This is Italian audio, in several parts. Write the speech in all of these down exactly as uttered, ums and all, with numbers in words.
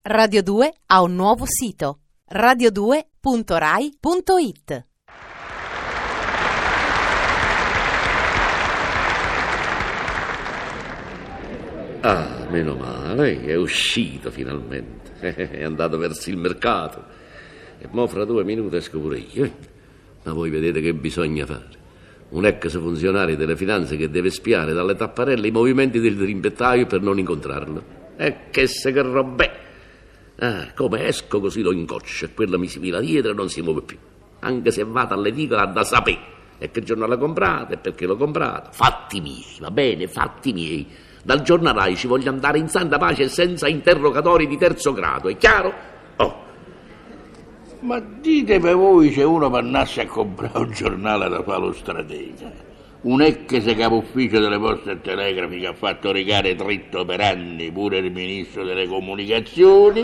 Radio due ha un nuovo sito: radio due punto rai punto it. Ah, meno male, è uscito finalmente. È andato verso il mercato. E mo fra due minuti esco pure io. Ma voi vedete che bisogna fare. Un ex funzionario delle finanze che deve spiare dalle tapparelle i movimenti del rimbettaio per non incontrarlo. E che se che robè! Ah, come esco così lo incoccio e quello mi si fila dietro e non si muove più. Anche se vado all'edicola da sapere e che giorno l'ha comprato e perché l'ho comprato. Fatti miei, va bene, fatti miei. Dal giornalaio ci voglio andare in santa pace senza interrogatori di terzo grado, è chiaro? Oh. Ma dite per voi se uno andasse a comprare un giornale da Palo Stratega, un ex capo ufficio delle poste e telegrafi che ha fatto rigare dritto per anni pure il ministro delle comunicazioni,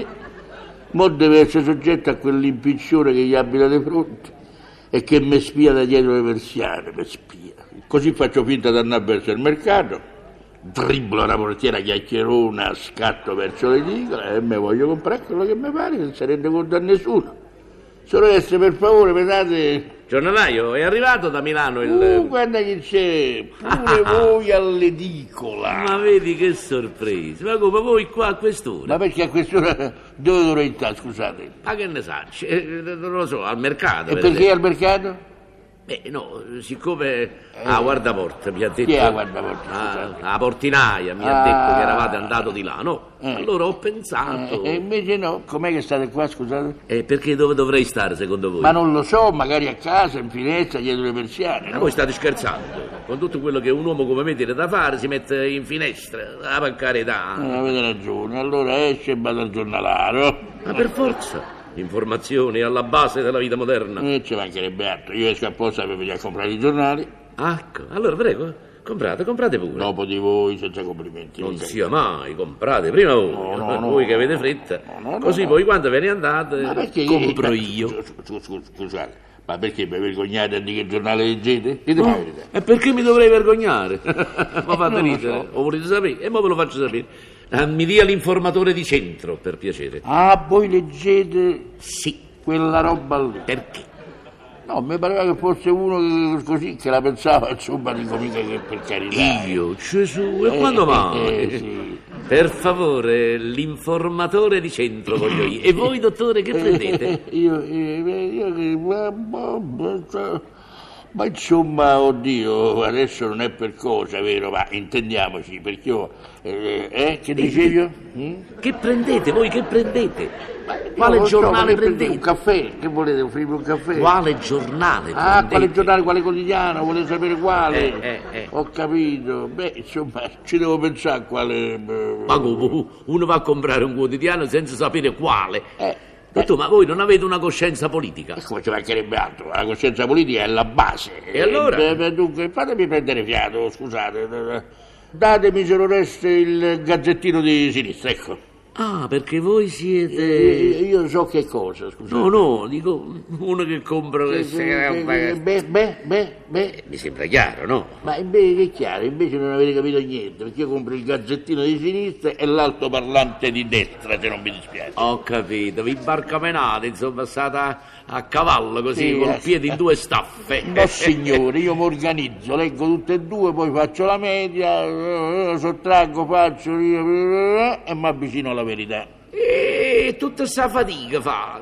mo deve essere soggetto a quell'impiccione che gli abita di fronte e che mi spia da dietro le persiane, mi spia. Così faccio finta di andare verso il mercato, dribblo la portiera chiacchierona, scatto verso l'edicola e me voglio comprare quello che mi pare senza rende conto a nessuno. Sorelle, per favore, vedate... Giornalaio, è arrivato da Milano il... Uh, guarda che c'è, pure voi all'edicola. Ma vedi che sorpresa, ma come voi qua a quest'ora? Ma perché a quest'ora dove dovrei stare, scusate? Ma che ne sa, eh, non lo so, al mercato. E per perché esempio. al mercato? Eh no, siccome... Ah, guardaporta mi ha detto... Chi è la guardaporta, Ah, scusate? la portinaia mi ha Ah. detto che eravate andati di là, no? Eh. Allora ho pensato... E invece no, com'è che state qua, scusate? Eh, perché dove dovrei stare secondo voi? Ma non lo so, magari a casa, in finestra, dietro le persiane, Ma no? voi state scherzando? Con tutto quello che un uomo come me tiene da fare si mette in finestra, ah, per carità. Eh, avete ragione, allora esce e vado al giornalaro. Ma per forza, informazione è alla base della vita moderna. E ci mancherebbe altro, io esco apposta per venire a comprare i giornali, Ecco, allora prego, comprate, comprate pure. dopo di voi, senza complimenti. Non ok? sia mai, comprate prima voi, No, no, no. voi che avete fretta. No, no, Così no. poi quando ve ne andate, Ma perché compro ma- io. scu- scu- Scusate, ma perché vi vergognate a dire che giornale leggete? Dite la verità. E perché mi dovrei vergognare? Ma fate non lo ridere, so. o volete sapere? E mo ve lo faccio sapere. Ah, mi dia l'informatore di centro, per piacere. Ah, voi leggete Sì, quella roba lì? perché? No, mi pareva che fosse uno che, così che la pensava, insomma, dico mica che per carità. Io, Gesù, e Eh, quando eh, mai? eh, sì. Per favore, l'informatore di centro voglio io. E voi, dottore, che prendete? io, io, io, io- ma, ma- ma- ma insomma, oddio, adesso non è per cosa, vero? Ma intendiamoci, perché io... Eh, eh, che dicevo? Mm? Che prendete? Voi che prendete? Io Quale non so, giornale perché prendete prendete? un caffè? Che volete, offrirmi un caffè? Quale giornale Ah, prendete? quale giornale, quale quotidiano? Volete sapere quale? Eh, eh, eh. Ho capito. Beh, insomma, ci devo pensare a quale... eh, Ma come? Uno va a comprare un quotidiano senza sapere quale. Eh, Dottore, ma voi non avete una coscienza politica? E come ci mancherebbe altro? La coscienza politica è la base. E allora? Eh, beh, dunque, fatemi prendere fiato, scusate. Datemi, se non resta, il gazzettino di sinistra, ecco. Ah, perché voi siete... Io, io so che cosa, scusate. No, no, dico uno che compra Eh, queste eh, robe. Beh, beh, beh, beh. Mi sembra chiaro, no? Ma invece che è chiaro, invece non avete capito niente, perché io compro il gazzettino di sinistra e l'altoparlante di destra, se non mi dispiace. Ho capito, vi barcamenate, insomma, state a, a cavallo così, Sì, col eh. piede in due staffe. No signore, io mi organizzo, leggo tutte e due, poi faccio la media, eh, sottraggo, faccio eh, e mi avvicino alla verità. E tutta sta fatica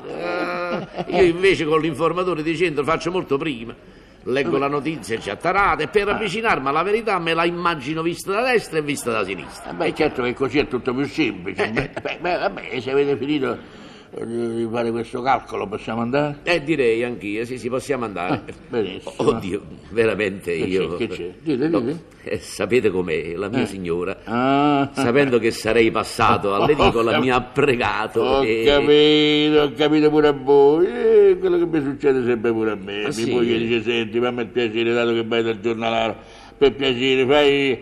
fate. Eh, io invece con l'informatore di centro faccio molto prima. Leggo la notizia ciattarata e per avvicinarmi alla verità me la immagino vista da destra e vista da sinistra. Eh, Beh, certo che così è tutto più semplice. Beh, beh, beh, vabbè, se avete finito eh, di fare questo calcolo possiamo andare? Eh, direi anch'io, sì, sì, possiamo andare. Eh, benissimo. Oddio, veramente Che io... c'è, che c'è? Dite, No, dite. eh, sapete com'è, la mia signora, Ah, sapendo che sarei passato all'edicola, mi ha pregato ho e... capito, ho capito pure a voi. Eh, quello che mi succede sempre pure a me. Ah, Mi sì? moglie dice, senti, fammi il piacere, dato che vai dal giornalaro, per piacere, fai...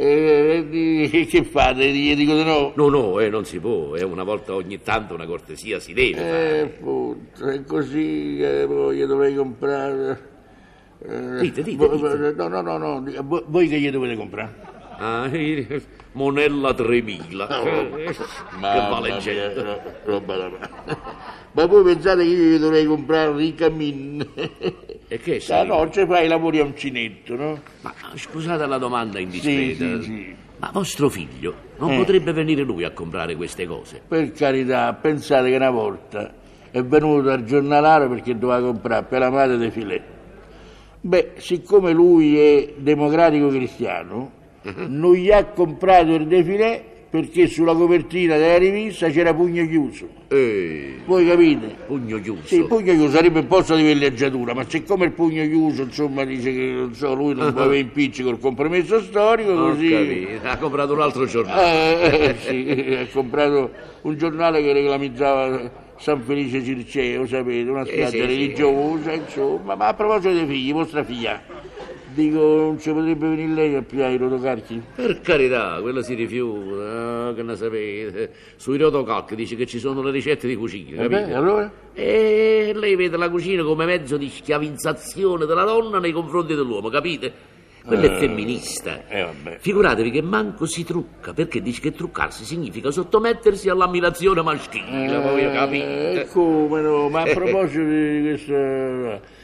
eh, di- che fate? Gli dico di no? No, no, eh, non si può, eh, una volta ogni tanto una cortesia si deve Eh, fare. appunto, è così che poi io dovrei comprare... eh, Dite, dite, vo- dite. No, no, no, no, voi- voi che gli dovete comprare? Ah, Monella tremila. Oh, che mamma vale mia, gente. no, roba da me. Ma voi pensate che io dovrei comprare un cammin? E che Ah, sai? no, ci fai i lavori a uncinetto, no? Ma scusate la domanda Sì, indiscreta. sì, sì. Ma vostro figlio non Eh. potrebbe venire lui a comprare queste cose? Per carità, pensate che una volta è venuto al giornalaro perché doveva comprare per la madre dei filè. Beh, siccome lui è democratico cristiano, non gli ha comprato il defilè perché sulla copertina della rivista c'era pugno chiuso. Ehi, Voi capite? pugno chiuso. Sì, il pugno chiuso sarebbe un posto di villeggiatura, ma siccome il pugno chiuso, insomma, dice che non so, lui non vuole impicci col compromesso storico, Ho così. capito. Ha comprato un altro giornale. Eh, sì, ha comprato un giornale che reclamizzava San Felice Circeo, sapete, una spiaggia sì, sì. religiosa, insomma. Ma a proposito dei figli, vostra figlia, dico, non ci potrebbe venire lei a pigliare i rotocalchi? Per carità, quello si rifiuta, ah, che ne sapete. Sui rotocalchi dice che ci sono le ricette di cucina, Eh beh, capito? allora? E lei vede la cucina come mezzo di schiavizzazione della donna nei confronti dell'uomo, capite? Quello è Eh, femminista. eh, vabbè. Figuratevi che manco si trucca, perché dice che truccarsi significa sottomettersi all'ammirazione maschile, voi Eh, capite? come no? Ma a proposito di questo...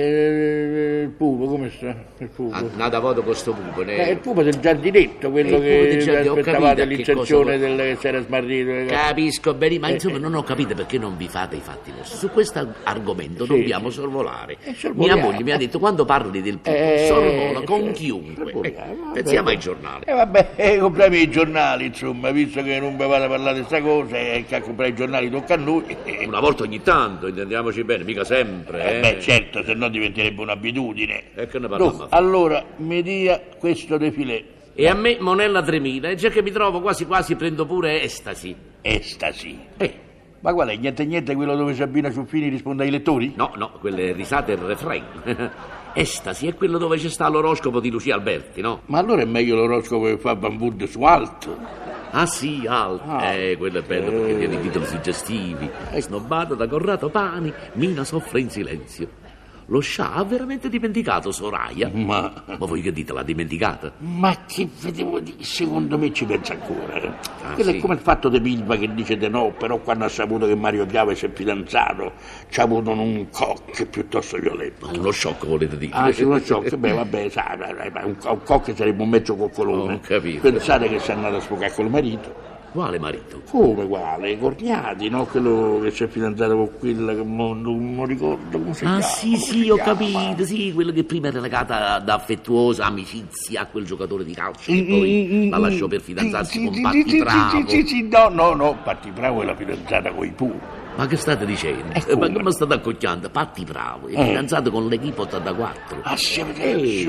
eh, il pupo, come sta? Il pupo? Ah, nada voto con sto pupo, Eh, ne... il pupo del giardinetto, quello Eh, il pupo del che giardino, ho aspettavate capito a che l'inserzione cosa- del che si era smarrito. eh. Capisco bene, ma insomma non ho capito perché non vi fate i fatti vostri. Su questo argomento Sì, dobbiamo sì. sorvolare. Eh, sorvoliamo. Mia moglie mi ha detto quando parli del pupo, Eh, sorvola con sì, chiunque. sorvoliamo, Eh, vabbè. pensiamo ai giornali. E eh, vabbè, eh, compriamo i giornali, insomma, visto che non mi vado a parlare di questa cosa e che a comprare i giornali tocca a noi. Eh, Una volta ogni tanto, intendiamoci bene, mica sempre. Eh. beh, certo, se no diventerebbe un'abitudine. E che ne parliamo? Dunque, allora, mi dia questo defilè. E a me Monella tremila, e già che mi trovo quasi quasi prendo pure estasi. Estasi. Eh, Ma qual è? Niente niente quello dove Sabina Ciuffini risponde ai lettori? no, no, quelle risate e il refrain. Estasi è quello dove c'è sta l'oroscopo di Lucia Alberti, no? Ma allora è meglio l'oroscopo che fa Van Wood su alto. Ah sì, Alt. Ah. Eh, quello è bello perché tiene i titoli suggestivi. Snobbata da Corrado Pani, Mina soffre in silenzio. Lo scià ha veramente dimenticato Soraya. Ma, Ma voi che dite, l'ha dimenticata? ma che vedevo di... Secondo me ci pensa ancora. Eh. Ah, Quello sì? è come il fatto di Pilva che dice di no, però quando ha saputo che Mario Chiave si è fidanzato ci ha avuto un cock piuttosto violento. Uno shock volete dire? Ah, sì, uno shock, beh, vabbè, sai, un, un cock sarebbe un mezzo coccolone. Ho capito. Pensate che si è andato a sfogare col marito. Quale marito? Come quale? Corniati, no? Quello che si è fidanzato con quella che non, non ricordo come si Ah chiama. sì, come sì, si ho chiama. capito, sì, quello che prima era legata ad affettuosa amicizia a quel giocatore di calcio che Mm, poi mm, la mm, lasciò per sì, fidanzarsi sì, con sì, Patti sì, Bravo. Sì, sì, sì, no, no, no, Patti Bravo è la fidanzata con i Pooh. Ma che state dicendo? E Eh, Ma come? come state accocchiando? Patti Bravo, è Eh. fidanzato con l'Equipo ottantaquattro. Ah, sì, avete Ehi.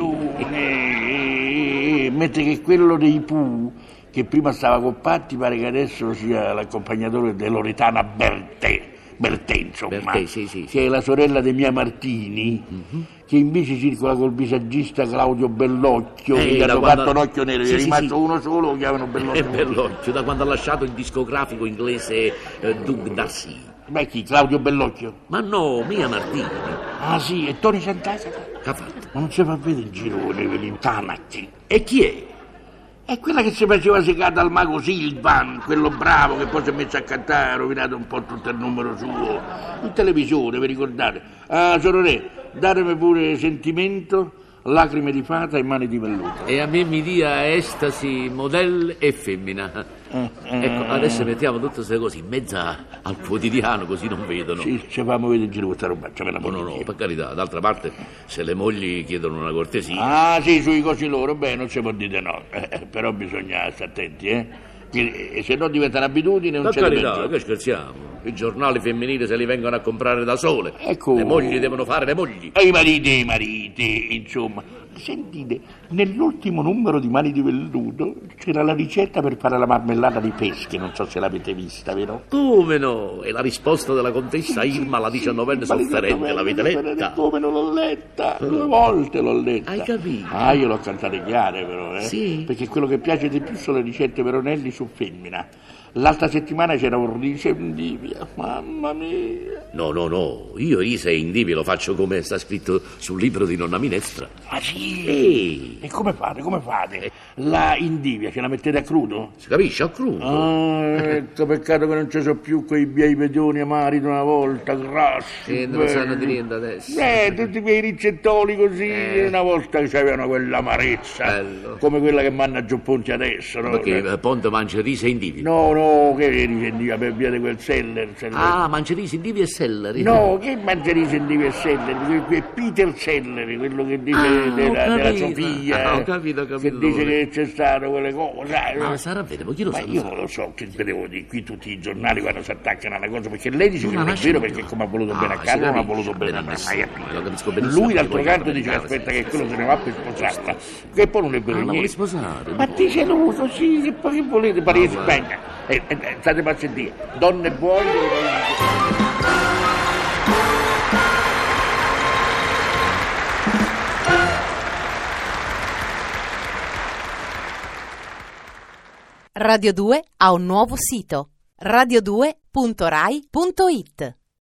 ragione. Mentre che quello dei Pooh, che prima stava con Patti, pare che adesso sia l'accompagnatore di Loredana Bertè. Bertè, insomma, Bertè, sì, sì, sì. che è la sorella di Mia Martini, che invece circola col visagista Claudio Bellocchio, Eh, che gli da hanno quando- fatto un occhio nero, gli Sì, è sì, rimasto sì. uno solo, lo chiamano È Bellocchio. bellocchio, da quando ha lasciato il discografico inglese eh, Doug Darcy. Beh, chi? Claudio Bellocchio? Ma no, Mia Martini. Ah sì, e Tony Sant'Agata? Che ha fatto? Ma non si fa vedere in giro nei veli tanati. E chi è? È quella che si faceva secata al mago Silvan, quello bravo che poi si è messo a cantare, ha rovinato un po' tutto il numero suo. In televisione, vi ricordate? Ah, Sorore, datemi pure sentimento, lacrime di fata e mani di velluto. E a me mi dia estasi, model e femmina. Eh, eh, Ecco, adesso mettiamo tutte queste cose in mezzo al quotidiano così non vedono. Sì, ci facciamo vedere in giro questa roba, c'è la No, no, no, moglie. per carità, d'altra parte, se le mogli chiedono una cortesia. Ah sì, sui cosi loro, beh, non si può dire no, eh, però bisogna stare attenti, eh. Che, eh, se no diventa un'abitudine, non Per c'è da carità, peggio. che scherziamo. I giornali femminili se li vengono a comprare da sole. Ecco. Le mogli devono fare le mogli. E i mariti e i mariti, insomma. Sentite, nell'ultimo numero di Mani di Velluto c'era la ricetta per fare la marmellata di pesche, non so se l'avete vista, vero? Come no? E la risposta della contessa Irma, la diciannovenne sofferente, l'avete letta? Come non l'ho letta? Due volte l'ho letta. Hai capito? Ah, io l'ho cantate chiare però, eh? Sì. Perché quello che piace di più sono le ricette Veronelli su femmina. L'altra settimana c'era un Rise Indivia, mamma mia. No, no, no, io Rise e Indivia lo faccio come sta scritto sul libro di nonna Minestra. Ah sì? Ehi. E come fate, come fate? La Indivia ce la mettete a crudo? Si capisce, a crudo. Ah, ecco, peccato che non ci sono più quei bei pedoni amari di una volta, grassi. E non sanno di niente adesso. Eh, tutti quei ricettoli così, Eh. una volta che avevano quell'amarezza, Bello. come quella che mangia Gio Ponti adesso, no? Perché eh, Ponte mangia Rise e Indivia? No, no, che Rise Indivia per via di quel seller. seller. Ah, mangia Rise, Indivia e Selleri. No, che mangia Rise Indivia e Selleri? Que- que- Peter Selleri, quello che dice Ah, della, ho della capito. Sofia, Ah, ho capito, ho capito. che dice che c'è stato quelle cose, sai? Ma sarà vero, ma chi lo Ma sa? io non lo so, che vedevo di qui tutti i giornali quando si attaccano alla cosa, perché lei dice che Ma non è lascia vero stare. perché come ha voluto Ah, bene a si Carlo non ha capisce, voluto bene a me, benissimo, mai lo capito. capisco benissimo, Lui d'altro perché canto poi dice che voglio aspetta bene, che sì, quello sì, se ne va per sposarla, che poi non è vero Ah, la vuole niente. sposare? Ma dice lui così, che poi che volete, Parisi, Ah, venga, e, e, e, state per sentire, donne buone. Radio due ha un nuovo sito radio due punto rai punto it.